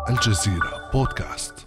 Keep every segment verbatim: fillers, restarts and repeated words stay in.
الجزيرة بودكاست.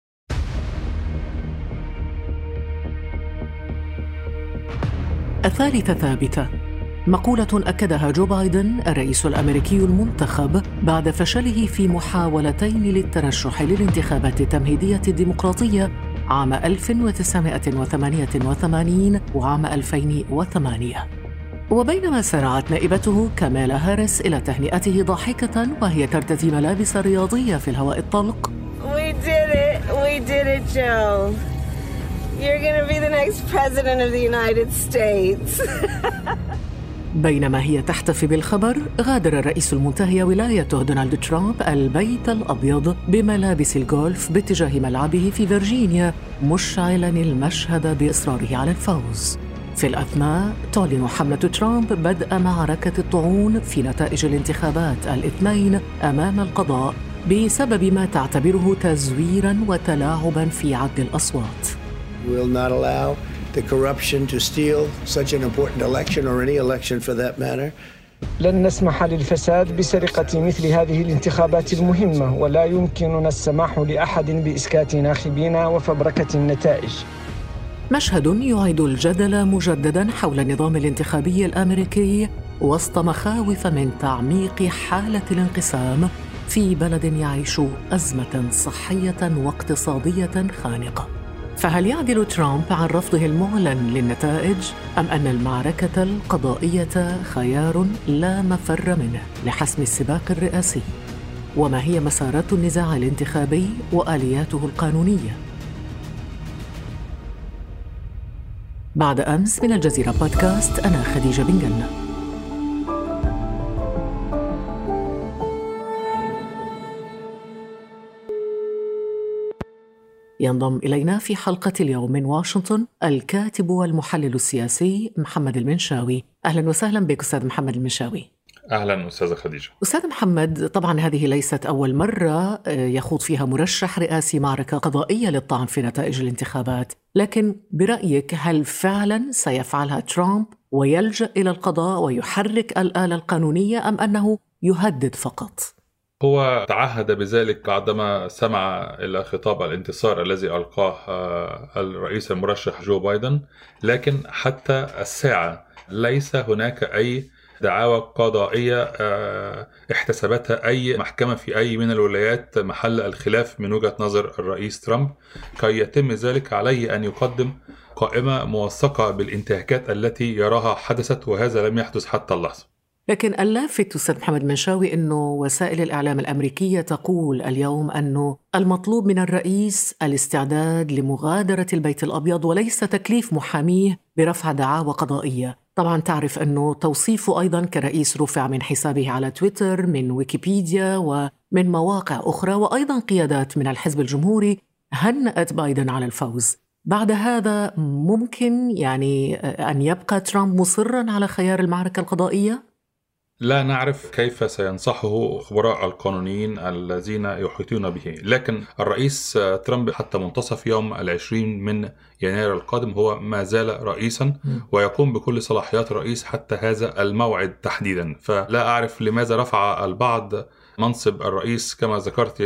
الثالثة ثابتة، مقولة أكدها جو بايدن الرئيس الأمريكي المنتخب بعد فشله في محاولتين للترشح للانتخابات التمهيدية الديمقراطية عام ألف وتسعمائة وثمانية وثمانين وعام ألفين وثمانية. وبينما سارعت نائبته كامالا هاريس إلى تهنئته ضاحكة وهي ترتدي ملابس رياضية في الهواء الطلق. We did it. We did it, Joe. You're going to be the next president of the United States. بينما هي تحتفي بالخبر، غادر الرئيس المنتهي ولايته دونالد ترامب البيت الأبيض بملابس الجولف باتجاه ملعبه في فيرجينيا، مشعلاً المشهد بإصراره على الفوز. في الأثناء تعلن حملة ترامب بدء معركة الطعون في نتائج الانتخابات الاثنين أمام القضاء بسبب ما تعتبره تزويراً وتلاعباً في عد الأصوات. We will not allow the corruption to steal such an important election or any election for that matter. لن نسمح للفساد بسرقة مثل هذه الانتخابات المهمة، ولا يمكننا السماح لأحد بإسكات ناخبينا وفبركة النتائج. مشهد يعيد الجدل مجدداً حول النظام الانتخابي الأمريكي وسط مخاوف من تعميق حالة الانقسام في بلد يعيش أزمة صحية واقتصادية خانقة. فهل يعدل ترامب عن رفضه المعلن للنتائج، أم أن المعركة القضائية خيار لا مفر منه لحسم السباق الرئاسي؟ وما هي مسارات النزاع الانتخابي وآلياته القانونية؟ بعد أمس من الجزيرة بودكاست، أنا خديجة بن جنة. ينضم إلينا في حلقة اليوم من واشنطن الكاتب والمحلل السياسي محمد المنشاوي. أهلا وسهلا بك أستاذ محمد المنشاوي. أهلا أستاذة خديجة. أستاذ محمد، طبعا هذه ليست أول مرة يخوض فيها مرشح رئاسي معركة قضائية للطعن في نتائج الانتخابات، لكن برأيك هل فعلا سيفعلها ترامب ويلجأ إلى القضاء ويحرك الآلة القانونية، أم أنه يهدد فقط؟ هو تعهد بذلك بعدما سمع إلى خطاب الانتصار الذي ألقاه الرئيس المرشح جو بايدن، لكن حتى الساعة ليس هناك أي دعاوى قضائية احتسبتها أي محكمة في أي من الولايات محل الخلاف من وجهة نظر الرئيس ترامب. كي يتم ذلك عليه أن يقدم قائمة موثقة بالانتهاكات التي يراها حدثت، وهذا لم يحدث حتى اللحظة. لكن اللافت أستاذ محمد منشاوي أنه وسائل الإعلام الأمريكية تقول اليوم أنه المطلوب من الرئيس الاستعداد لمغادرة البيت الأبيض وليس تكليف محاميه برفع دعاوى قضائية. طبعا تعرف أنه توصيفه أيضا كرئيس رفع من حسابه على تويتر، من ويكيبيديا ومن مواقع أخرى، وأيضا قيادات من الحزب الجمهوري هنأت بايدن على الفوز. بعد هذا ممكن يعني أن يبقى ترامب مصرا على خيار المعركة القضائية؟ لا نعرف كيف سينصحه خبراء القانونيين الذين يحيطون به، لكن الرئيس ترامب حتى منتصف يوم العشرين من يناير القادم هو ما زال رئيسا ويقوم بكل صلاحيات الرئيس حتى هذا الموعد تحديدا. فلا أعرف لماذا رفع البعض منصب الرئيس كما ذكرت،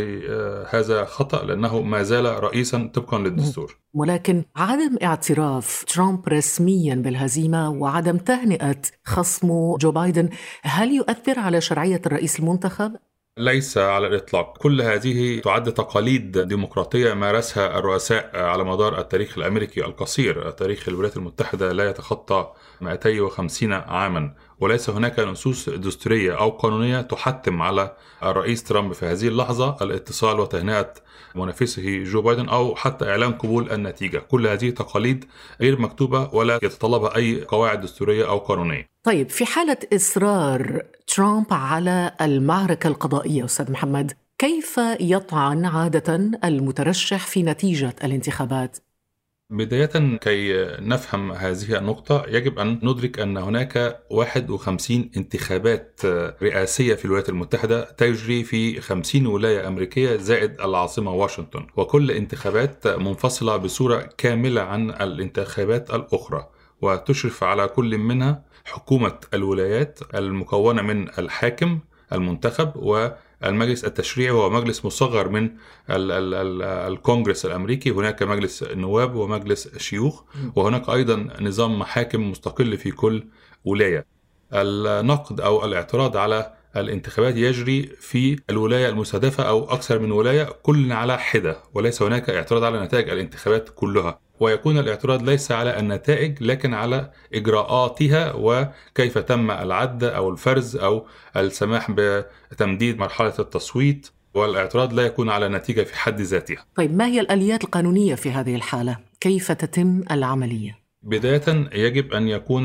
هذا خطأ لأنه ما زال رئيسا طبقا للدستور. ولكن عدم اعتراف ترامب رسميا بالهزيمة وعدم تهنئة خصمه جو بايدن هل يؤثر على شرعية الرئيس المنتخب؟ ليس على الإطلاق. كل هذه تعد تقاليد ديمقراطية مارسها الرؤساء على مدار التاريخ الأمريكي القصير. تاريخ الولايات المتحدة لا يتخطى مئتين وخمسين عاما، وليس هناك نصوص دستورية أو قانونية تحتم على الرئيس ترامب في هذه اللحظة الاتصال وتهنئة منافسه جو بايدن أو حتى إعلان قبول النتيجة. كل هذه تقاليد غير مكتوبة ولا يتطلبها أي قواعد دستورية أو قانونية. طيب، في حالة إصرار ترامب على المعركة القضائية أستاذ محمد، كيف يطعن عادة المترشح في نتيجة الانتخابات؟ بداية كي نفهم هذه النقطة يجب أن ندرك أن هناك واحد وخمسين انتخابات رئاسية في الولايات المتحدة تجري في خمسين ولاية أمريكية زائد العاصمة واشنطن، وكل انتخابات منفصلة بصورة كاملة عن الانتخابات الأخرى، وتشرف على كل منها حكومة الولايات المكونة من الحاكم المنتخب، والمجلس التشريعي هو مجلس مصغر من ال ال ال الكونغرس الأمريكي. هناك مجلس النواب ومجلس الشيوخ، وهناك أيضا نظام محاكم مستقل في كل ولاية. النقد أو الاعتراض على الانتخابات يجري في الولاية المستهدفة أو أكثر من ولاية كل على حدة، وليس هناك اعتراض على نتائج الانتخابات كلها. ويكون الاعتراض ليس على النتائج لكن على إجراءاتها وكيف تم العد أو الفرز أو السماح بتمديد مرحلة التصويت، والاعتراض لا يكون على نتيجة في حد ذاتها. طيب ما هي الآليات القانونية في هذه الحالة؟ كيف تتم العملية؟ بداية يجب أن يكون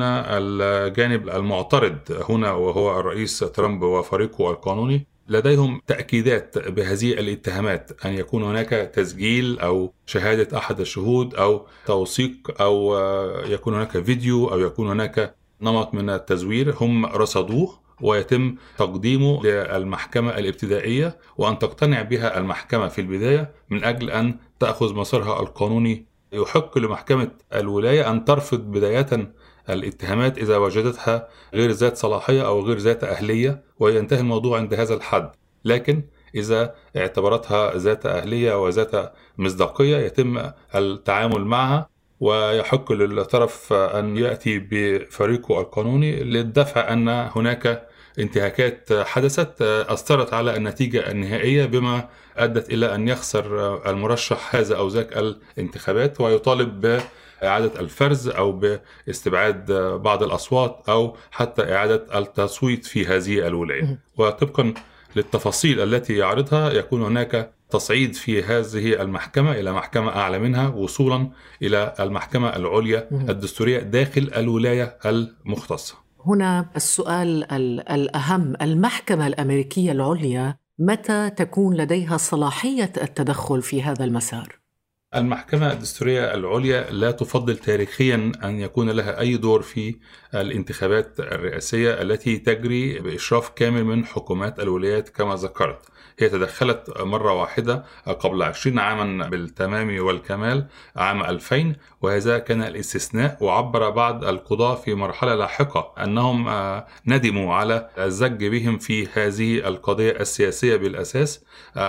الجانب المعترض هنا وهو الرئيس ترامب وفريقه القانوني لديهم تأكيدات بهذه الاتهامات، أن يكون هناك تسجيل أو شهادة أحد الشهود أو توثيق أو يكون هناك فيديو أو يكون هناك نمط من التزوير هم رصدوه ويتم تقديمه للمحكمة الابتدائية، وأن تقتنع بها المحكمة في البداية من أجل أن تأخذ مسارها القانوني. يحق لمحكمة الولاية أن ترفض بداية الاتهامات إذا وجدتها غير ذات صلاحية أو غير ذات أهلية، وينتهي الموضوع عند هذا الحد. لكن إذا اعتبرتها ذات أهلية وذات مصداقية يتم التعامل معها، ويحق للطرف أن يأتي بفريقه القانوني للدفع أن هناك انتهاكات حدثت أثرت على النتيجة النهائية بما أدت إلى أن يخسر المرشح هذا أو ذاك الانتخابات، ويطالب بإعادة الفرز أو باستبعاد بعض الأصوات أو حتى إعادة التصويت في هذه الولاية. وطبقا للتفاصيل التي يعرضها يكون هناك تصعيد في هذه المحكمة إلى محكمة أعلى منها وصولا إلى المحكمة العليا الدستورية داخل الولاية المختصة. هنا السؤال الأهم، المحكمة الأمريكية العليا متى تكون لديها صلاحية التدخل في هذا المسار؟ المحكمة الدستورية العليا لا تفضل تاريخيا أن يكون لها أي دور في الانتخابات الرئاسية التي تجري بإشراف كامل من حكومات الولايات كما ذكرت. هي تدخلت مرة واحدة قبل عشرين عاما بالتمام والكمال عام ألفين، وهذا كان الاستثناء. وعبر بعض القضاة في مرحلة لاحقة أنهم ندموا على الزج بهم في هذه القضية السياسية بالأساس،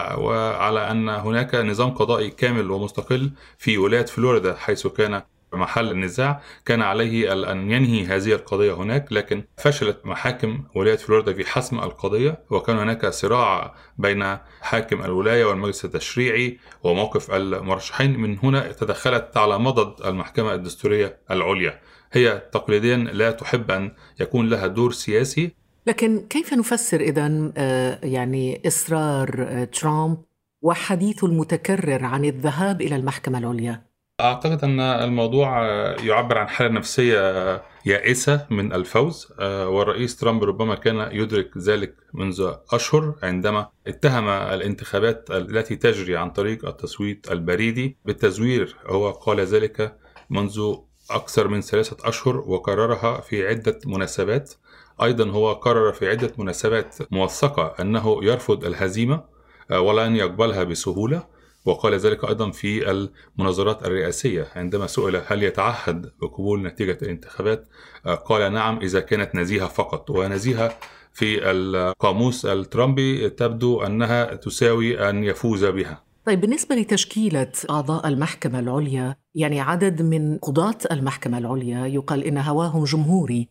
وعلى أن هناك نظام قضائي كامل ومستقل في ولاية فلوريدا حيث كان محل النزاع، كان عليه أن ينهي هذه القضية هناك، لكن فشلت محاكم ولاية فلوريدا في حسم القضية، وكان هناك صراع بين حاكم الولاية والمجلس التشريعي وموقف المرشحين. من هنا تدخلت على مضض المحكمة الدستورية العليا. هي تقليديا لا تحب أن يكون لها دور سياسي. لكن كيف نفسر إذن يعني إصرار ترامب وحديثه المتكرر عن الذهاب إلى المحكمة العليا؟ أعتقد أن الموضوع يعبر عن حالة نفسية يائسة من الفوز، والرئيس ترامب ربما كان يدرك ذلك منذ أشهر عندما اتهم الانتخابات التي تجري عن طريق التصويت البريدي بالتزوير. هو قال ذلك منذ أكثر من ثلاثة أشهر وكررها في عدة مناسبات. أيضا هو قرر في عدة مناسبات موثقة أنه يرفض الهزيمة ولن يقبلها بسهولة، وقال ذلك أيضا في المناظرات الرئاسية عندما سئل هل يتعهد بقبول نتيجة الانتخابات قال نعم إذا كانت نزيهة فقط. ونزيهة في القاموس الترامبي تبدو أنها تساوي أن يفوز بها. طيب بالنسبة لتشكيلة أعضاء المحكمة العليا، يعني عدد من قضاة المحكمة العليا يقال إن هواهم جمهوري،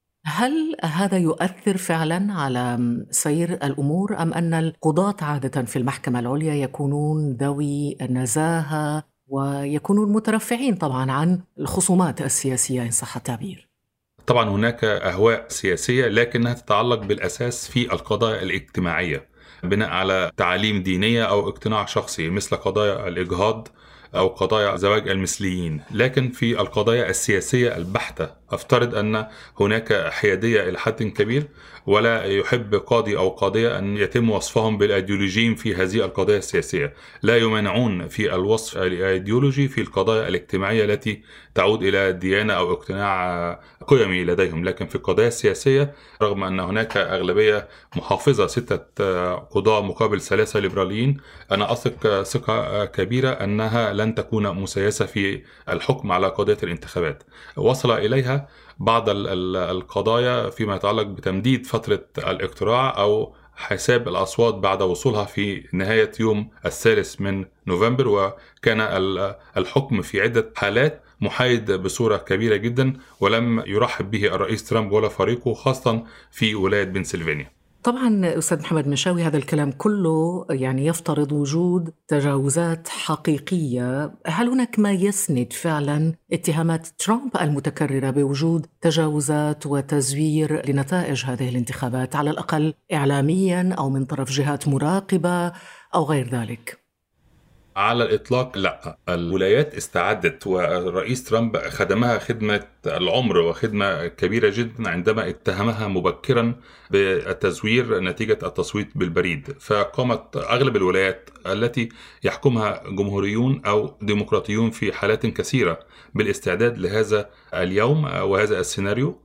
هل هذا يؤثر فعلا على سير الأمور أم أن القضاة عادة في المحكمة العليا يكونون ذوي النزاهة ويكونون مترفعين طبعا عن الخصومات السياسية إن صح التعبير؟ طبعا هناك أهواء سياسية لكنها تتعلق بالأساس في القضايا الاجتماعية بناء على تعاليم دينية أو اقتناع شخصي، مثل قضايا الإجهاض أو قضايا زواج المثليين. لكن في القضايا السياسية البحتة أفترض أن هناك حيادية إلى حد كبير، ولا يحب قاضي أو قاضية أن يتم وصفهم بالأيديولوجيين في هذه القضايا السياسية. لا يمانعون في الوصف الأيديولوجي في القضايا الاجتماعية التي تعود إلى ديانة أو اقتناع قيمي لديهم. لكن في القضايا السياسية رغم أن هناك أغلبية محافظة ستة قضاة مقابل ثلاثة ليبراليين، أنا أثق ثقة كبيرة أنها لن تكون مسيسة في الحكم على قضية الانتخابات. وصل إليها بعض القضايا فيما يتعلق بتمديد فترة الاقتراع أو حساب الأصوات بعد وصولها في نهاية يوم الثالث من نوفمبر، وكان الحكم في عدة حالات محايد بصورة كبيرة جدا، ولم يرحب به الرئيس ترامب ولا فريقه، خاصة في ولاية بنسلفانيا. طبعا أستاذ محمد منشاوي، هذا الكلام كله يعني يفترض وجود تجاوزات حقيقية. هل هناك ما يسند فعلا اتهامات ترامب المتكررة بوجود تجاوزات وتزوير لنتائج هذه الانتخابات، على الأقل إعلاميا أو من طرف جهات مراقبة أو غير ذلك؟ على الإطلاق لا. الولايات استعدت، والرئيس ترامب خدمها خدمة العمر وخدمة كبيرة جدا عندما اتهمها مبكرا بالتزوير نتيجة التصويت بالبريد. فقامت أغلب الولايات التي يحكمها جمهوريون أو ديمقراطيون في حالات كثيرة بالاستعداد لهذا اليوم وهذا السيناريو.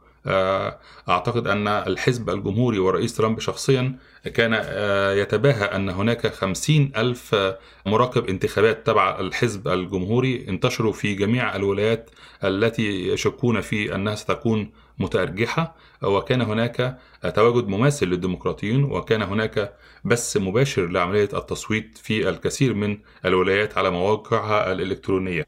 أعتقد أن الحزب الجمهوري ورئيس ترامب شخصيا كان يتباهى أن هناك خمسين ألف مراقب انتخابات تبع الحزب الجمهوري انتشروا في جميع الولايات التي يشكون في أنها ستكون متأرجحة، وكان هناك تواجد مماثل للديمقراطيين، وكان هناك بث مباشر لعملية التصويت في الكثير من الولايات على مواقعها الإلكترونية.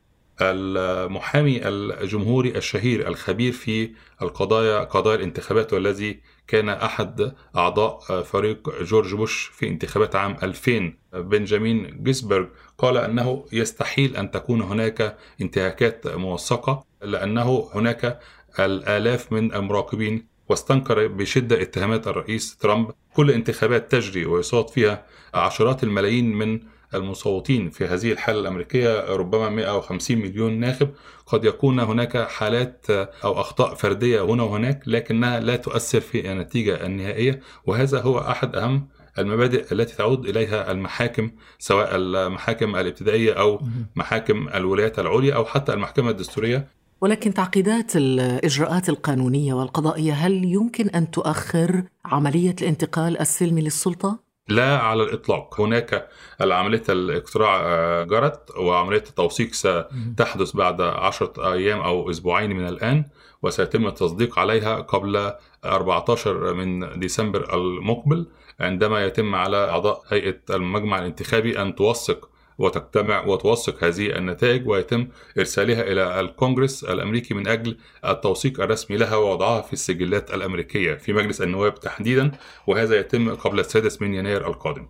المحامي الجمهوري الشهير الخبير في القضايا قضايا الانتخابات، والذي كان أحد أعضاء فريق جورج بوش في انتخابات عام ألفين، بنجامين جيسبرغ، قال أنه يستحيل أن تكون هناك انتهاكات موثقة لأنه هناك الآلاف من المراقبين، واستنكر بشدة اتهامات الرئيس ترامب. كل انتخابات تجري ويصوت فيها عشرات الملايين من المصوتين، في هذه الحالة الأمريكية ربما مئة وخمسين مليون ناخب، قد يكون هناك حالات أو أخطاء فردية هنا وهناك، لكنها لا تؤثر في النتيجة النهائية. وهذا هو أحد أهم المبادئ التي تعود إليها المحاكم، سواء المحاكم الابتدائية أو محاكم الولايات العليا أو حتى المحكمة الدستورية. ولكن تعقيدات الإجراءات القانونية والقضائية هل يمكن أن تؤخر عملية الانتقال السلمي للسلطة؟ لا على الإطلاق. هناك عملية الاقتراع جرت، وعملية التوثيق ستحدث بعد عشرة أيام أو أسبوعين من الآن، وسيتم التصديق عليها قبل أربعة عشر من ديسمبر المقبل، عندما يتم على أعضاء هيئة المجمع الانتخابي أن توثق وتجتمع وتوثق هذه النتائج، ويتم إرسالها إلى الكونغرس الأمريكي من أجل التوثيق الرسمي لها ووضعها في السجلات الأمريكية في مجلس النواب تحديدا، وهذا يتم قبل السادس من يناير القادم.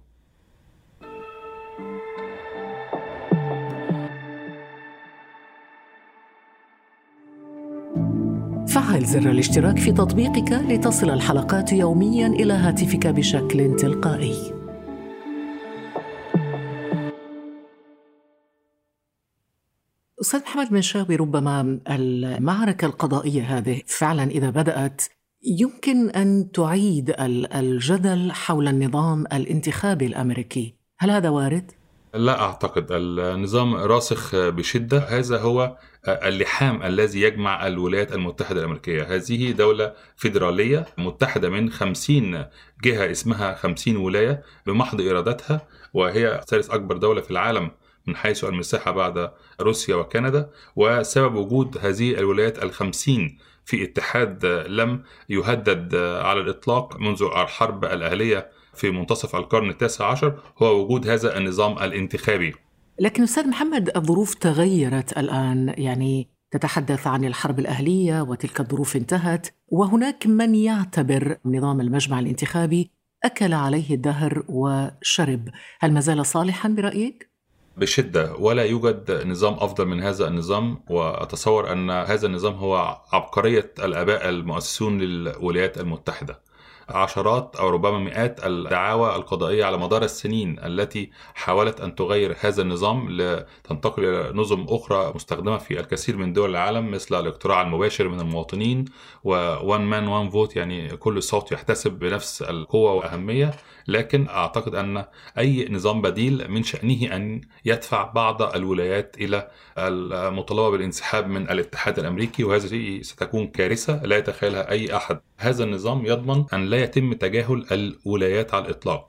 فعل زر الاشتراك في تطبيقك لتصل الحلقات يوميا إلى هاتفك بشكل تلقائي. أستاذ محمد منشاوي، ربما المعركة القضائية هذه فعلا إذا بدأت يمكن أن تعيد الجدل حول النظام الانتخابي الأمريكي، هل هذا وارد؟ لا أعتقد. النظام راسخ بشدة. هذا هو اللحام الذي يجمع الولايات المتحدة الأمريكية. هذه دولة فيدرالية متحدة من خمسين جهة اسمها خمسين ولاية بمحض إرادتها، وهي ثالث أكبر دولة في العالم من حيث المساحة بعد روسيا وكندا. وسبب وجود هذه الولايات الخمسين في اتحاد لم يهدد على الإطلاق منذ الحرب الأهلية في منتصف القرن التاسع عشر هو وجود هذا النظام الانتخابي. لكن أستاذ محمد، الظروف تغيرت الآن، يعني تتحدث عن الحرب الأهلية وتلك الظروف انتهت، وهناك من يعتبر نظام المجمع الانتخابي أكل عليه الدهر وشرب. هل ما زال صالحا برأيك؟ بشدة، ولا يوجد نظام أفضل من هذا النظام، وأتصور أن هذا النظام هو عبقرية الآباء المؤسسون للولايات المتحدة. عشرات أو ربما مئات الدعاوى القضائية على مدار السنين التي حاولت أن تغير هذا النظام لتنتقل إلى نظم أخرى مستخدمة في الكثير من دول العالم، مثل الاقتراع المباشر من المواطنين و one man one vote، يعني كل صوت يحتسب بنفس القوة وأهمية. لكن أعتقد أن أي نظام بديل من شأنه أن يدفع بعض الولايات إلى المطالبة بالانسحاب من الاتحاد الأمريكي، وهذه ستكون كارثة لا يتخيلها أي أحد. هذا النظام يضمن أن لا يتم تجاهل الولايات على الإطلاق.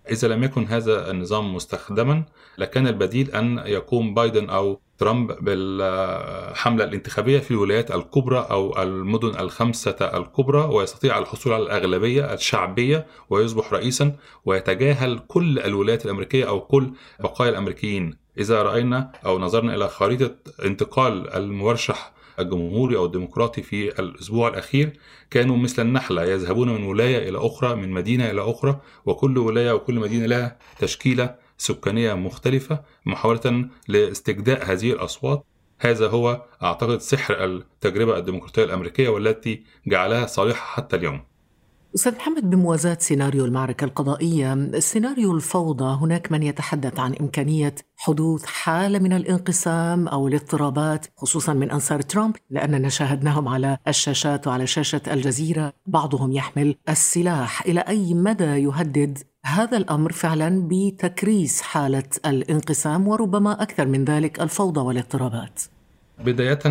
إذا لم يكن هذا النظام مستخدما لكان البديل أن يقوم بايدن أو ترامب بالحملة الانتخابية في الولايات الكبرى أو المدن الخمسة الكبرى، ويستطيع الحصول على الأغلبية الشعبية ويصبح رئيسا ويتجاهل كل الولايات الأمريكية أو كل بقايا الأمريكيين. إذا رأينا أو نظرنا إلى خريطة انتقال المرشح الجمهوري أو الديمقراطي في الأسبوع الأخير، كانوا مثل النحلة يذهبون من ولاية إلى أخرى، من مدينة إلى أخرى، وكل ولاية وكل مدينة لها تشكيلة سكانية مختلفة محاولة لاستجداء هذه الأصوات. هذا هو أعتقد سحر التجربة الديمقراطية الأمريكية والتي جعلها صالحة حتى اليوم. أستاذ محمد، بموازاة سيناريو المعركة القضائية، سيناريو الفوضى، هناك من يتحدث عن إمكانية حدوث حالة من الانقسام أو الاضطرابات خصوصا من أنصار ترامب، لأننا شاهدناهم على الشاشات وعلى شاشة الجزيرة بعضهم يحمل السلاح. إلى أي مدى يهدد هذا الأمر فعلا بتكريس حالة الانقسام وربما أكثر من ذلك الفوضى والاضطرابات؟ بداية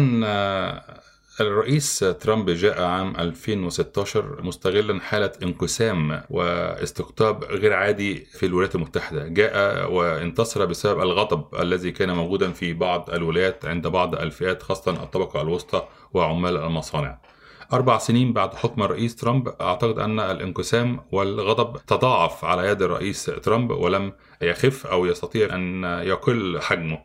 الرئيس ترامب جاء عام ألفين وستة عشر مستغلا حالة انقسام واستقطاب غير عادي في الولايات المتحدة. جاء وانتصر بسبب الغضب الذي كان موجودا في بعض الولايات عند بعض الفئات خاصة الطبقة الوسطى وعمال المصانع. أربع سنين بعد حكم الرئيس ترامب أعتقد أن الانقسام والغضب تضاعف على يد الرئيس ترامب ولم يخف أو يستطيع أن يقل حجمه،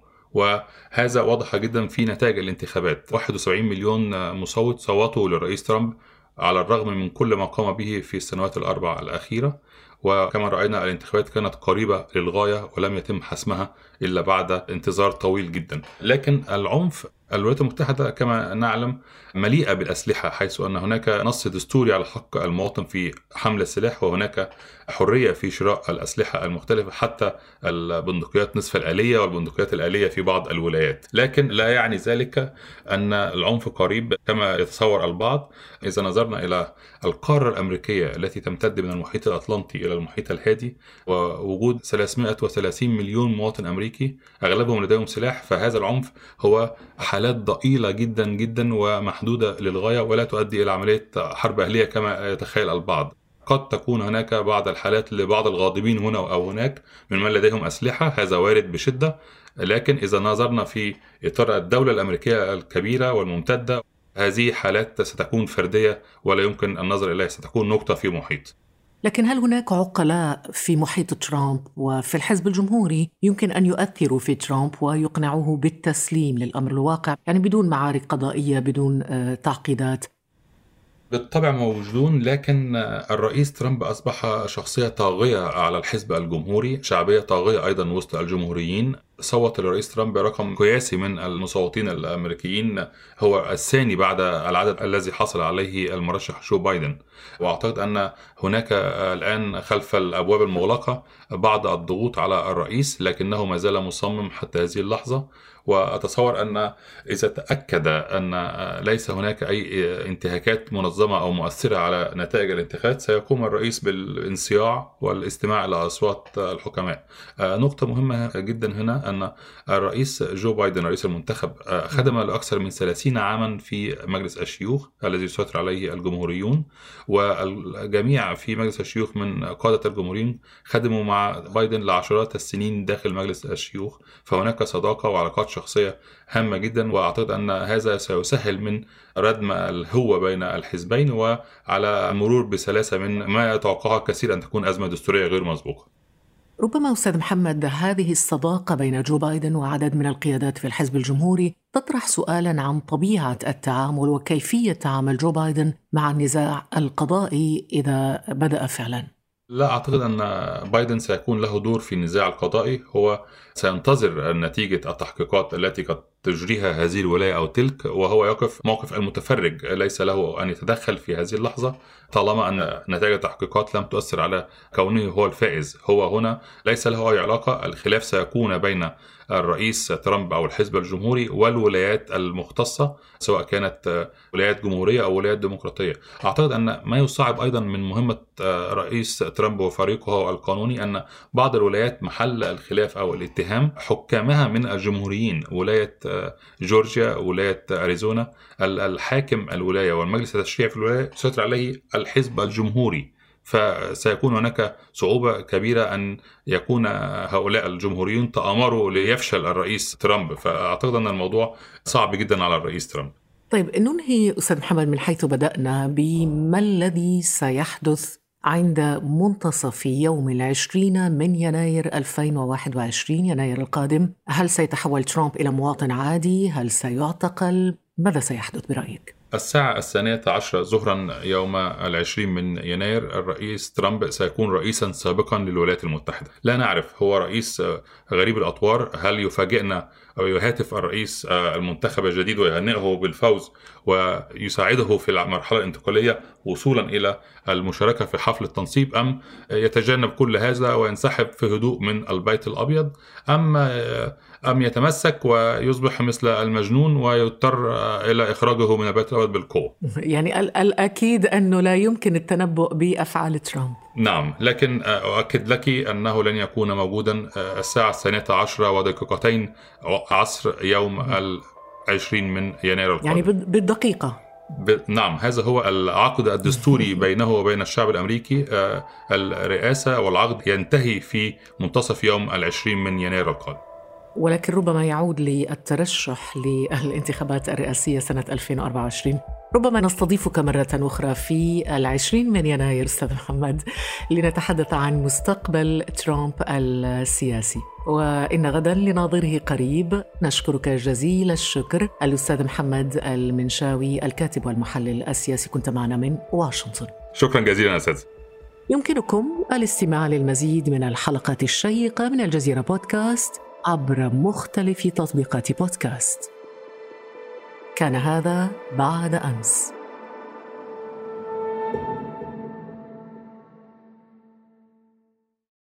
وهذا واضح جدا في نتائج الانتخابات. واحد وسبعين مليون مصوت صوتوا للرئيس ترامب على الرغم من كل ما قام به في السنوات الأربع الأخيرة، وكما رأينا الانتخابات كانت قريبة للغاية ولم يتم حسمها إلا بعد انتظار طويل جدا. لكن العنف، الولايات المتحدة كما نعلم مليئة بالأسلحة، حيث أن هناك نص دستوري على حق المواطن في حمل السلاح، وهناك حرية في شراء الأسلحة المختلفة حتى البندقيات نصف الآلية والبندقيات الآلية في بعض الولايات. لكن لا يعني ذلك أن العنف قريب كما يتصور البعض. إذا نظرنا إلى القارة الأمريكية التي تمتد من المحيط الأطلنطي إلى المحيط الهادي ووجود ثلاثمائة وثلاثين مليون مواطن أمريكي أغلبهم لديهم سلاح، فهذا العنف هو حالات ضئيلة جدا جدا ومحدودة للغاية ولا تؤدي إلى عملية حرب أهلية كما يتخيل البعض. قد تكون هناك بعض الحالات لبعض الغاضبين هنا أو هناك من من لديهم أسلحة، هذا وارد بشدة، لكن إذا نظرنا في إطار الدولة الأمريكية الكبيرة والممتدة هذه حالات ستكون فردية ولا يمكن النظر إليها، ستكون نقطة في محيط. لكن هل هناك عقلاء في محيط ترامب وفي الحزب الجمهوري يمكن أن يؤثروا في ترامب ويقنعوه بالتسليم للأمر الواقع، يعني بدون معارك قضائية، بدون تعقيدات؟ بالطبع موجودون، لكن الرئيس ترامب أصبح شخصية طاغية على الحزب الجمهوري، شعبية طاغية أيضا وسط الجمهوريين. صوت الرئيس ترامب برقم قياسي من المصوتين الأمريكيين، هو الثاني بعد العدد الذي حصل عليه المرشح جو بايدن. وأعتقد أن هناك الآن خلف الأبواب المغلقة بعض الضغوط على الرئيس، لكنه ما زال مصمم حتى هذه اللحظة. وأتصور أن إذا تأكد أن ليس هناك أي انتهاكات منظمة أو مؤثرة على نتائج الانتخابات سيقوم الرئيس بالانصياع والاستماع إلى أصوات الحكماء. نقطة مهمة جدا هنا أن الرئيس جو بايدن رئيس المنتخب خدم لأكثر من ثلاثين عاما في مجلس الشيوخ الذي يسيطر عليه الجمهوريون، والجميع في مجلس الشيوخ من قادة الجمهوريين خدموا مع بايدن لعشرات السنين داخل مجلس الشيوخ، فهناك صداقة وعلاقات شخصية هامة جدا. وأعتقد أن هذا سيسهل من ردم الهوة بين الحزبين وعلى المرور بسلاسة من ما يتوقعها كثير أن تكون أزمة دستورية غير مسبوقة. ربما أستاذ محمد هذه الصداقة بين جو بايدن وعدد من القيادات في الحزب الجمهوري تطرح سؤالا عن طبيعة التعامل وكيفية تعامل جو بايدن مع النزاع القضائي إذا بدأ فعلا. لا أعتقد أن بايدن سيكون له دور في النزاع القضائي، هو سينتظر نتيجة التحقيقات التي قد تجريها هذه الولاية أو تلك، وهو يقف موقف المتفرج، ليس له أن يتدخل في هذه اللحظة طالما أن نتائج التحقيقات لم تؤثر على كونه هو الفائز. هو هنا ليس له أي علاقة، الخلاف سيكون بين الرئيس ترامب أو الحزب الجمهوري والولايات المختصة سواء كانت ولايات جمهورية أو ولايات ديمقراطية. أعتقد أن ما يصعب أيضا من مهمة رئيس ترامب وفريقه القانوني أن بعض الولايات محل الخلاف أو الاتهام حكامها من الجمهوريين، ولاية جورجيا، ولاية أريزونا، الحاكم الولاية والمجلس التشريعي في الولاية يسيطر عليه الحزب الجمهوري، فسيكون هناك صعوبة كبيرة أن يكون هؤلاء الجمهوريون تآمروا ليفشل الرئيس ترامب. فأعتقد أن الموضوع صعب جدا على الرئيس ترامب. طيب ننهي أستاذ محمد من حيث بدأنا بما الذي سيحدث عند منتصف يوم العشرين من يناير ألفين وواحد وعشرين، يناير القادم. هل سيتحول ترامب إلى مواطن عادي؟ هل سيعتقل؟ ماذا سيحدث برأيك؟ الساعة الثانية عشرة ظهرا يوم العشرين من يناير الرئيس ترامب سيكون رئيسا سابقا للولايات المتحدة. لا نعرف، هو رئيس غريب الأطوار. هل يفاجئنا أو يهاتف الرئيس المنتخب الجديد ويهنئه بالفوز ويساعده في المرحلة الانتقالية وصولا إلى المشاركة في حفل التنصيب، أم يتجنب كل هذا وينسحب في هدوء من البيت الأبيض، أم أم يتمسك ويصبح مثل المجنون ويضطر إلى إخراجه من البيت الأبيض بالقوة؟ يعني الأكيد أنه لا يمكن التنبؤ بأفعال ترامب. نعم، لكن أؤكد لك أنه لن يكون موجودا الساعة الثانية عشرة ودقيقتين عصر يوم العشرين من يناير القادم. يعني بالدقيقة. ب... نعم، هذا هو العقد الدستوري بينه وبين الشعب الأمريكي. الرئاسة والعقد ينتهي في منتصف يوم العشرين من يناير القادم. ولكن ربما يعود للترشح للانتخابات الرئاسية سنة ألفين وأربعة وعشرين. ربما نستضيفك مرة أخرى في العشرين من يناير أستاذ محمد لنتحدث عن مستقبل ترامب السياسي، وإن غدا لناظره قريب. نشكرك جزيل الشكر الأستاذ محمد المنشاوي، الكاتب والمحلل السياسي، كنت معنا من واشنطن. شكرا جزيلا أستاذ. يمكنكم الاستماع للمزيد من الحلقات الشيقة من الجزيرة بودكاست عبر مختلف تطبيقات بودكاست. كان هذا بعد أمس.